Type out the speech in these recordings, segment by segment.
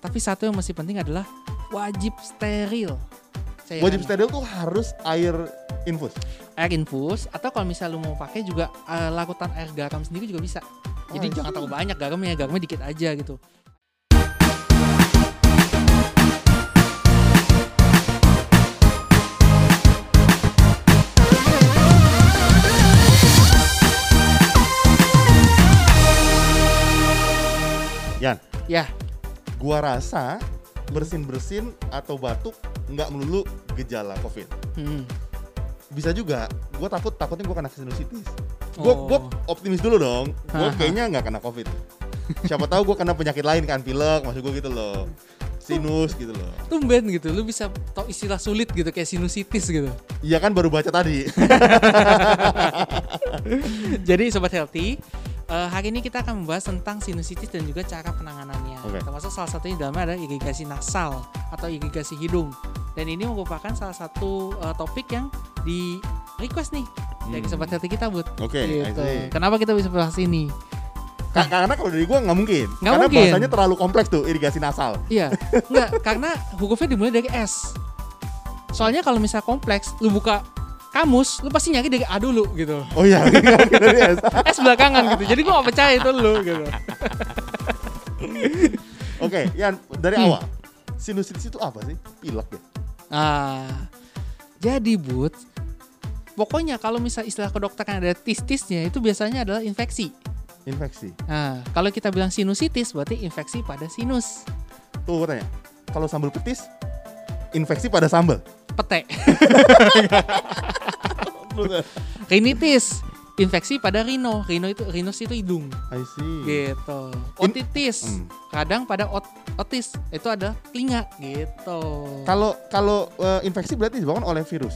Tapi satu yang masih penting adalah wajib steril. Wajib steril tuh harus air infus. Air infus, atau kalau misalnya lu mau pakai juga larutan air garam sendiri juga bisa. Jadi jangan terlalu banyak garamnya dikit aja gitu. Yan, Ya, gua rasa bersin atau batuk nggak melulu gejala COVID. Bisa juga, gue takutnya gue kena sinusitis. Gue optimis dulu dong. Gue kayaknya nggak kena COVID. Siapa tahu gue kena penyakit lain kan, pilek, maksud gue gitu loh. Sinus gitu loh. Tumben gitu, lu bisa tau istilah sulit gitu kayak sinusitis gitu. Iya kan baru baca tadi. Jadi Sobat Healthy, hari ini kita akan membahas tentang sinusitis dan juga cara penanganannya. Termasuk salah satunya dalamnya ada irigasi nasal atau irigasi hidung. Dan ini merupakan salah satu topik yang di request nih dari Sobat Healthy kita, Bud. Oke, gitu. Kenapa kita bisa bahas ini? Karena kalau dari gue nggak mungkin. Karena bahasanya terlalu kompleks tuh, irigasi nasal. Iya, enggak, karena hurufnya dimulai dari S. Soalnya kalau misalnya kompleks, lu buka kamus, lu pasti nyari dari A dulu gitu. Oh iya, dari S. S belakangan gitu. Jadi gue gak percaya itu lu gitu. Oke, Yan, dari awal, sinusitis itu apa sih? Pilek ya? Jadi Bud, pokoknya kalau misal istilah kedokteran ada tis-tisnya itu biasanya adalah infeksi. Infeksi. Nah, kalau kita bilang sinusitis berarti infeksi pada sinus. Tuh gue tanya, kalau sambal petis, infeksi pada sambal? Pete. Rinitis, infeksi pada rinus itu hidung. I see. Gitu. Otitis, kadang pada otis itu ada telinga gitu. Kalau infeksi berarti disebabkan oleh virus.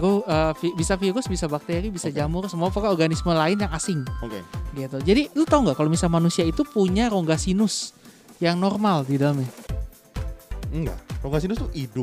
Bisa virus, bisa bakteri, bisa jamur, semua pokoknya organisme lain yang asing. Oke. Gitu. Jadi lu tau nggak kalau misalnya manusia itu punya rongga sinus yang normal di dalamnya? Enggak. Rongga sinus tuh hidung.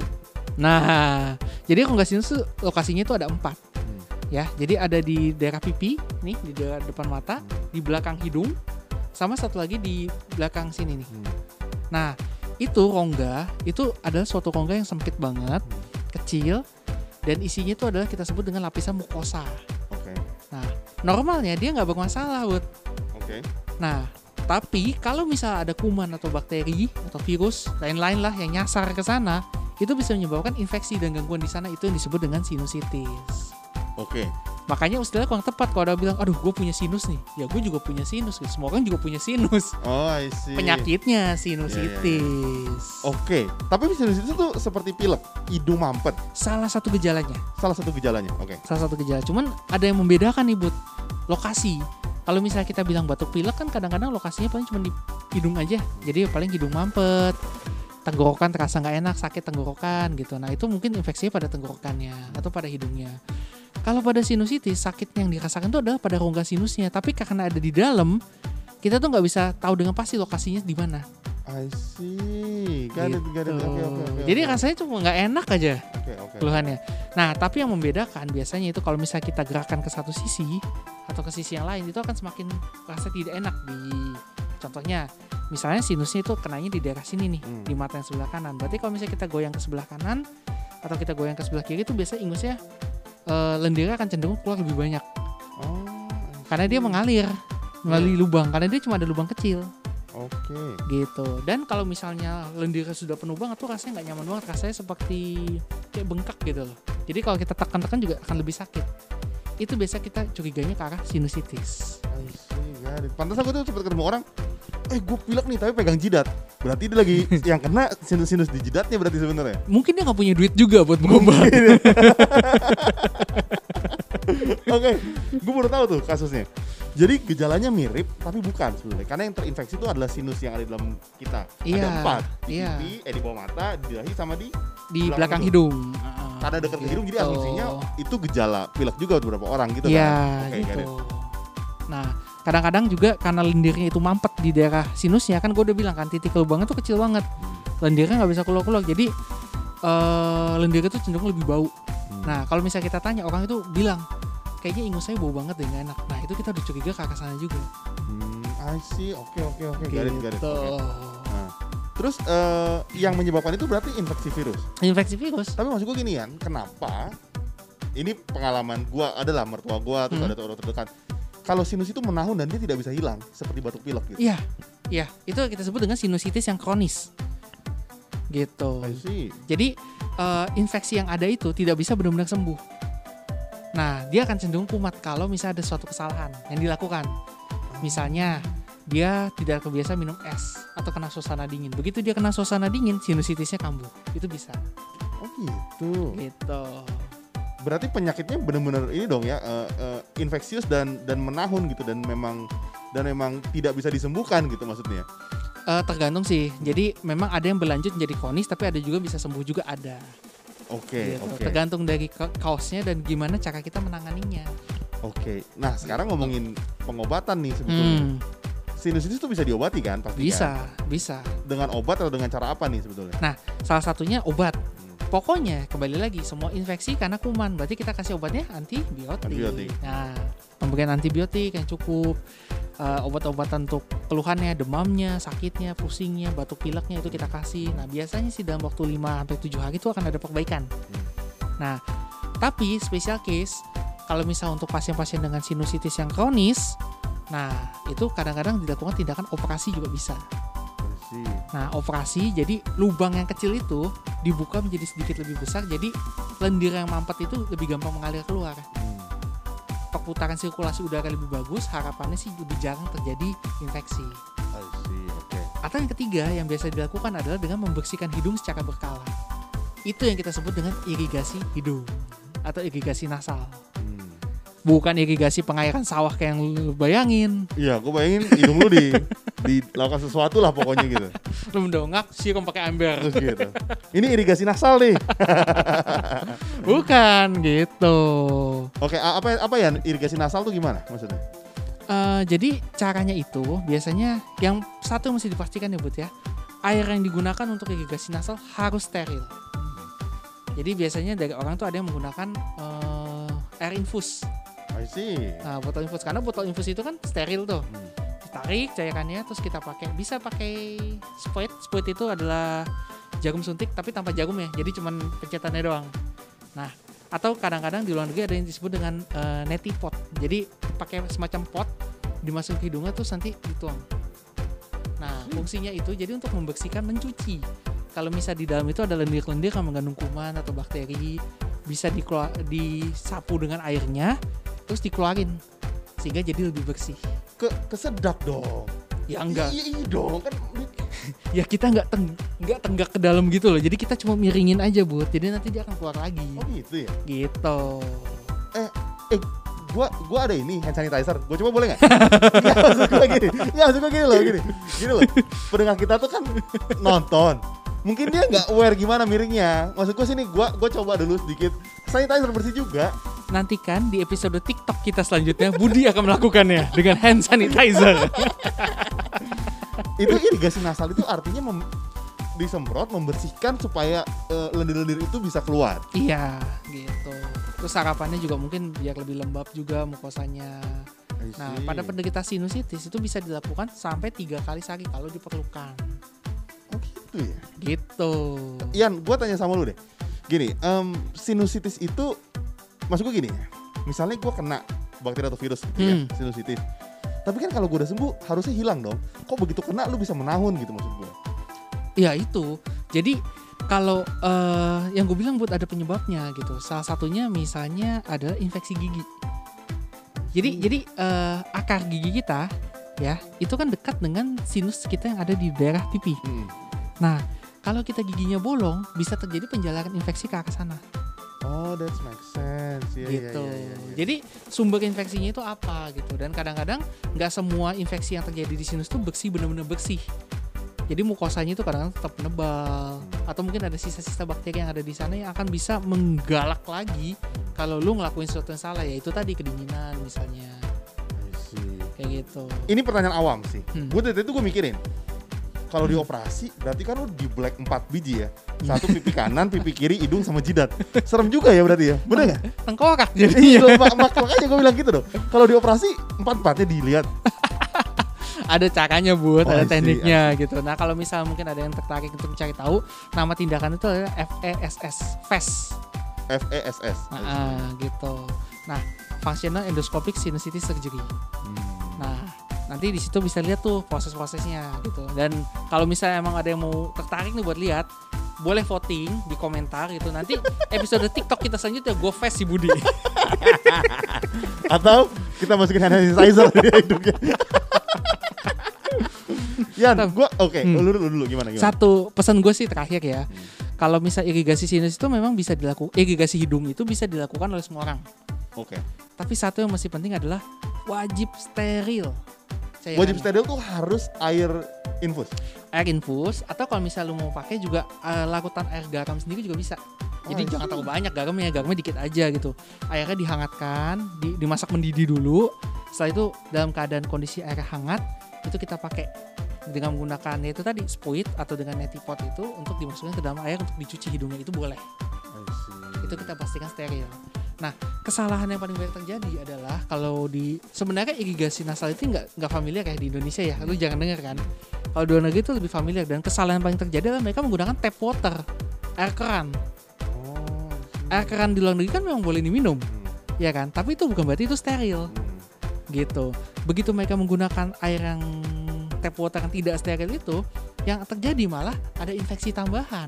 Nah, jadi rongga sinus tuh lokasinya itu ada 4. Ya, jadi ada di daerah pipi, nih di daerah depan mata, di belakang hidung, sama satu lagi di belakang sini nih. Nah, itu rongga itu adalah suatu rongga yang sempit banget, kecil, dan isinya itu adalah kita sebut dengan lapisan mukosa. Oke. Nah, normalnya dia nggak bermasalah, Bud. Oke. Nah, tapi kalau misalnya ada kuman atau bakteri atau virus lain-lain lah yang nyasar ke sana, itu bisa menyebabkan infeksi dan gangguan di sana, itu yang disebut dengan sinusitis. Oke. Makanya istilahnya kurang tepat kalau ada bilang, aduh gue punya sinus nih. Ya gue juga punya sinus, semua orang juga punya sinus. Oh, I see. Penyakitnya sinusitis. Oke. Tapi sinusitis itu seperti pilek, hidung mampet. Salah satu gejalanya. Oke. Salah satu gejala. Cuman ada yang membedakan nih, Bud. Lokasi. Kalau misalnya kita bilang batuk pilek kan kadang-kadang lokasinya paling cuma di hidung aja. Jadi paling hidung mampet, tenggorokan terasa nggak enak, sakit tenggorokan gitu. Nah itu mungkin infeksinya pada tenggorokannya atau pada hidungnya. Kalau pada sinusitis, sakit yang dirasakan itu adalah pada rongga sinusnya. Tapi karena ada di dalam, kita tuh nggak bisa tahu dengan pasti lokasinya di mana. I see. Got it. Okay. Jadi rasanya cuma nggak enak aja keluhannya. Nah, tapi yang membedakan biasanya itu kalau misalnya kita gerakan ke satu sisi atau ke sisi yang lain, itu akan semakin rasa tidak enak contohnya, misalnya sinusnya itu kenanya di daerah sini nih, di mata yang sebelah kanan. Berarti kalau misalnya kita goyang ke sebelah kanan atau kita goyang ke sebelah kiri, itu biasanya ingusnya lendirnya akan cenderung keluar lebih banyak. Karena dia mengalir melalui lubang, karena dia cuma ada lubang kecil. Oke. Gitu. Dan kalau misalnya lendirnya sudah penuh banget tuh rasanya nggak nyaman banget, rasanya seperti kayak bengkak gitu loh. Jadi kalau kita tekan-tekan juga akan lebih sakit. Itu biasa kita curiganya ke arah sinusitis. I see, got it. Pantas aku tuh sempat ketemu orang, gue pilek nih tapi pegang jidat. Berarti dia lagi yang kena sinus di jidatnya berarti sebenarnya. Mungkin dia nggak punya duit juga buat berobat. Oke, gue baru tahu tuh kasusnya. Jadi gejalanya mirip tapi bukan sebenarnya. Karena yang terinfeksi itu adalah sinus yang ada di dalam kita. Ada 4 di pipi, di bawah mata, di dahi sama di belakang hidung. Karena dekat ke hidung, jadi asumsinya itu gejala pilek juga untuk beberapa orang gitu kan. Oke, gitu. Nah, kadang-kadang juga karena lendirnya itu mampet di daerah sinusnya, kan gue udah bilang kan titik lubangnya tuh kecil banget. Lendirnya nggak bisa keluar-keluar, jadi lendirnya tuh cenderung lebih bau. Nah, kalau misalnya kita tanya, orang itu bilang kayaknya ingus saya bau banget deh, nggak enak. Nah, itu kita udah curiga ke arah sana juga. I see. Oke. Gitu. Garis. Nah, Terus yang menyebabkan itu berarti infeksi virus. Infeksi virus. Tapi maksud gue gini kan, kenapa? Ini pengalaman gue adalah mertua gue, terus ada orang terdekat. Kalau sinus itu menahun dan dia tidak bisa hilang, seperti batuk pilek gitu. Iya, itu kita sebut dengan sinusitis yang kronis. Gitu. Jadi infeksi yang ada itu tidak bisa benar-benar sembuh. Nah, dia akan cenderung kumat kalau misalnya ada suatu kesalahan yang dilakukan. Misalnya dia tidak kebiasa minum es atau kena suasana dingin. Begitu dia kena suasana dingin, sinusitisnya kambuh. Itu bisa. Oh gitu. Gitu. Berarti penyakitnya benar-benar ini dong ya, infeksius dan menahun gitu, dan memang tidak bisa disembuhkan gitu maksudnya. Tergantung sih. Jadi memang ada yang berlanjut menjadi kronis, tapi ada juga bisa sembuh juga ada. Oke. Tergantung dari kausnya dan gimana cara kita menanganinya. Oke. Nah sekarang ngomongin pengobatan nih sebetulnya. Sinusitis itu bisa diobati kan? Pasti bisa. Dengan obat atau dengan cara apa nih sebetulnya? Nah, salah satunya obat. Pokoknya kembali lagi, semua infeksi karena kuman, berarti kita kasih obatnya antibiotik. Nah, pemberian antibiotik yang cukup, obat-obatan untuk keluhannya, demamnya, sakitnya, pusingnya, batuk pileknya itu kita kasih. Nah, biasanya sih dalam waktu 5-7 hari itu akan ada perbaikan. Nah, tapi special case kalau misal untuk pasien-pasien dengan sinusitis yang kronis, nah, itu kadang-kadang dilakukan tindakan operasi juga bisa. Nah, operasi jadi lubang yang kecil itu dibuka menjadi sedikit lebih besar, jadi lendir yang mampet itu lebih gampang mengalir keluar. Perputaran sirkulasi udara lebih bagus, harapannya sih lebih jarang terjadi infeksi. Atau yang ketiga yang biasa dilakukan adalah dengan membersihkan hidung secara berkala. Itu yang kita sebut dengan irigasi hidung atau irigasi nasal. Bukan irigasi pengairan sawah kayak yang lu bayangin. Iya, gue bayangin hidung lu dilakukan sesuatu lah pokoknya gitu. Lu mendongak, siram pakai ember. Terus gitu. Ini irigasi nasal nih. Bukan gitu. Oke, apa ya irigasi nasal tuh gimana maksudnya? Jadi caranya itu biasanya yang satu mesti dipastikan ya Bud ya. Air yang digunakan untuk irigasi nasal harus steril. Jadi biasanya dari orang tuh ada yang menggunakan air infus. I see. Nah, botol infus, karena botol infus itu kan steril tuh. Ditarik cairannya, terus kita bisa pakai spuit. Spuit itu adalah jarum suntik tapi tanpa jarum ya, jadi cuman pencetannya doang. Nah, atau kadang-kadang di luar negeri ada yang disebut dengan neti pot. Jadi pakai semacam pot, dimasukin ke hidungnya terus nanti dituang. Nah, fungsinya itu jadi untuk membersihkan, mencuci. Kalau misal di dalam itu ada lendir-lendir yang mengandung kuman atau bakteri, bisa disapu dengan airnya, terus dikeluarin sehingga jadi lebih bersih. Kesedap dong. Ya enggak. Iya dong kan. Ya kita enggak tenggak ke dalam gitu loh. Jadi kita cuma miringin aja Bud. Jadi nanti dia akan keluar lagi. Oh gitu ya. Gitu. Gua ada ini hand sanitizer. Gua coba boleh nggak? Maksud gue gini loh. Pendengar kita tuh kan nonton. Mungkin dia nggak aware gimana miringnya. Maksud gue sini gue coba dulu sedikit. Sanitizer bersih juga. Nantikan di episode TikTok kita selanjutnya Budi akan melakukannya dengan hand sanitizer. Itu irigasi nasal itu artinya disemprot, membersihkan supaya lendir-lendir itu bisa keluar. Iya, gitu. Terus harapannya juga mungkin biar lebih lembab juga mukosanya. Nah, pada penderita sinusitis itu bisa dilakukan sampai 3 kali sehari kalau diperlukan. Oh gitu ya? Gitu. Ian, gue tanya sama lu deh. Gini, sinusitis itu maksud gue gini, misalnya gue kena bakteri atau virus gitu ya, sinusitis. Tapi kan kalau gue udah sembuh harusnya hilang dong. Kok begitu kena lu bisa menahun gitu maksud gue? Ya itu. Jadi kalau yang gue bilang buat ada penyebabnya gitu. Salah satunya misalnya adalah infeksi gigi. Jadi akar gigi kita ya itu kan dekat dengan sinus kita yang ada di daerah pipi. Nah kalau kita giginya bolong bisa terjadi penjalaran infeksi ke arah sana. Oh, that makes sense. Gitu. Ya. Jadi sumber infeksinya itu apa gitu. Dan kadang-kadang nggak semua infeksi yang terjadi di sinus itu benar-benar bersih. Jadi mukosanya itu kadang-kadang tetap menebal. Atau mungkin ada sisa-sisa bakteri yang ada di sana yang akan bisa menggalak lagi kalau lu ngelakuin sesuatu yang salah, yaitu tadi kedinginan misalnya. Kayak gitu. Ini pertanyaan awam sih. Gue dari itu gue mikirin. Kalau dioperasi berarti kan lu di black 4 biji ya. 1 pipi kanan, pipi kiri, hidung sama jidat. Serem juga ya berarti ya. Bener enggak? Tengkorak jadinya. Makanya gue bilang gitu dong. Kalau dioperasi 4-4-nya dilihat. Ada caranya buat, ada tekniknya gitu. Nah kalau misal mungkin ada yang tertarik untuk mencari tahu, nama tindakan itu adalah FESS. FESS. Gitu. Nah, functional endoscopic sinusitis surgery. Nah, nanti di situ bisa lihat tuh proses-prosesnya gitu. Dan kalau misalnya emang ada yang mau tertarik nih buat lihat, boleh voting di komentar gitu. Nanti episode TikTok kita selanjutnya go fast si Budi. Atau kita masukin hand sanitizer di hidungnya. Yan, gue lu gimana? Satu pesan gue sih terakhir ya. Kalau misal irigasi sinus itu memang bisa dilakukan, irigasi hidung itu bisa dilakukan oleh semua orang. Tapi satu yang masih penting adalah wajib steril. Wajib steril tuh harus air infus. Air infus, atau kalau misal lu mau pakai juga larutan air garam sendiri juga bisa. Jadi jangan terlalu banyak garamnya dikit aja gitu. Airnya dihangatkan, dimasak mendidih dulu. Setelah itu dalam keadaan kondisi air hangat, itu kita pakai dengan menggunakan itu tadi spuit atau dengan neti pot itu untuk dimasukkan ke dalam air untuk dicuci hidungnya, itu boleh. Itu kita pastikan steril. Nah, kesalahan yang paling banyak terjadi adalah kalau sebenarnya irigasi nasal itu nggak familiar kayak di Indonesia ya. Lu jangan dengar kan. Kalau di luar negeri itu lebih familiar, dan kesalahan yang paling terjadi adalah mereka menggunakan tap water, air keran. Air keran di luar negeri kan memang boleh diminum, ya kan? Tapi itu bukan berarti itu steril, gitu. Begitu mereka menggunakan air yang tap water yang tidak steril itu, yang terjadi malah ada infeksi tambahan,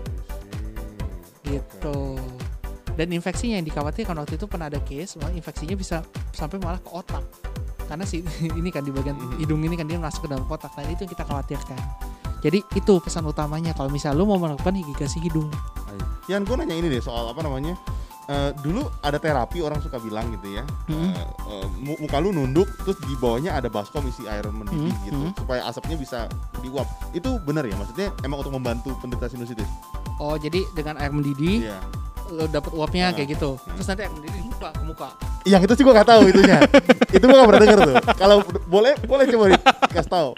gitu. Dan infeksinya yang dikhawatirkan waktu itu pernah ada case, malah infeksinya bisa sampai malah ke otak. Karena ini kan di bagian hidung ini kan dia masuk ke dalam otak. Nah itu yang kita khawatirkan. Jadi itu pesan utamanya kalau misalnya lu mau melakukan irigasi hidung. Yan, gue nanya ini deh soal apa namanya. Dulu ada terapi orang suka bilang gitu ya. Muka lu nunduk terus di bawahnya ada baskom isi air mendidih gitu supaya asapnya bisa diuap. Itu benar ya? Maksudnya emang untuk membantu penderita sinusitis? Oh, jadi dengan air mendidih lo dapet uapnya kayak gitu. Terus nanti air mendidih lupa ke muka. Yang itu sih gue gak tahu itunya. Itu gue gak pernah denger tuh. Kalau boleh coba dikasih tahu.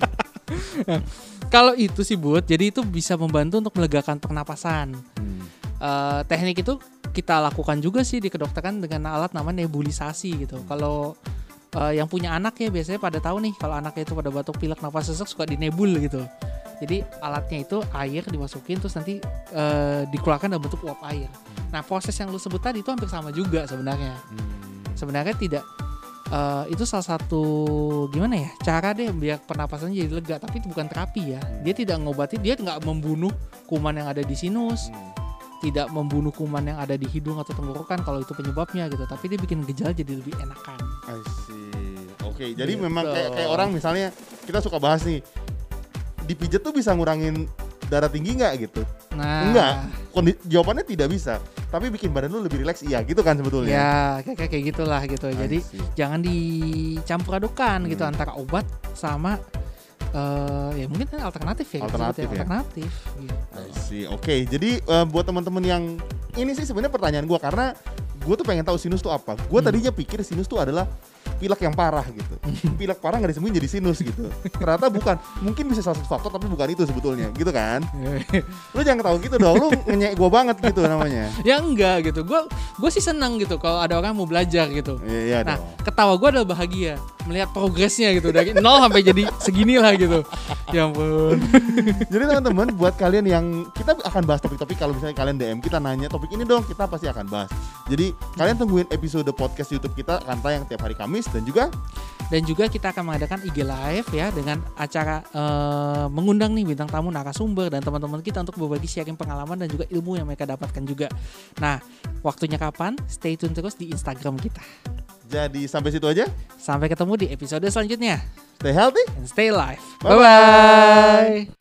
Kalau itu sih jadi itu bisa membantu untuk melegakan pernapasan. Teknik itu kita lakukan juga sih di kedokteran dengan alat namanya nebulisasi gitu. Kalau yang punya anak ya biasanya pada tahu nih kalau anaknya itu pada batuk pilek napas sesak suka dinebul gitu. Jadi alatnya itu air dimasukin terus nanti dikeluarkan dalam bentuk uap air. Nah proses yang lu sebut tadi itu hampir sama juga sebenarnya. Sebenarnya tidak itu salah satu gimana ya cara deh biar pernapasannya jadi lega, tapi itu bukan terapi ya. Dia tidak ngobati, dia nggak membunuh kuman yang ada di sinus, tidak membunuh kuman yang ada di hidung atau tenggorokan kalau itu penyebabnya gitu. Tapi dia bikin gejala jadi lebih enakan. I see. Oke, jadi memang kayak orang misalnya kita suka bahas nih, dipijat tuh bisa ngurangin darah tinggi nggak gitu? Nah, enggak. Jawabannya tidak bisa. Tapi bikin badan lu lebih rileks, iya gitu kan sebetulnya. Ya, kayak gitulah gitu. Jadi jangan dicampur adukan gitu antara obat sama ya mungkin alternatif ya. Alternatif. Gitu. Oke, jadi buat teman-teman yang ini sih sebenarnya pertanyaan gue karena gue tuh pengen tahu sinus tuh apa. Gue tadinya pikir sinus tuh adalah pilek yang parah gitu. Pilek parah nggak disembuhin jadi sinus gitu. Ternyata bukan. Mungkin bisa salah satu faktor tapi bukan itu sebetulnya, gitu kan? Lu jangan tahu gitu dong. Lu ngenyek gue banget gitu namanya. Ya enggak gitu. Gue sih senang gitu kalau ada orang mau belajar gitu. Iya nah, dong. Ketawa gue adalah bahagia melihat progresnya gitu dari 0 sampai jadi segini lah gitu. Ya ampun. Jadi teman-teman buat kalian yang kita akan bahas topik-topik, kalau misalnya kalian DM kita nanya topik ini dong, kita pasti akan bahas. Jadi kalian tungguin episode podcast YouTube kita akan tayang tiap hari Kamis dan juga kita akan mengadakan IG Live ya dengan acara mengundang nih bintang tamu, narasumber dan teman-teman kita untuk berbagi sharing pengalaman dan juga ilmu yang mereka dapatkan juga. Nah, waktunya kapan? Stay tune terus di Instagram kita. Jadi sampai situ aja. Sampai ketemu di episode selanjutnya. Stay healthy and stay live. Bye-bye.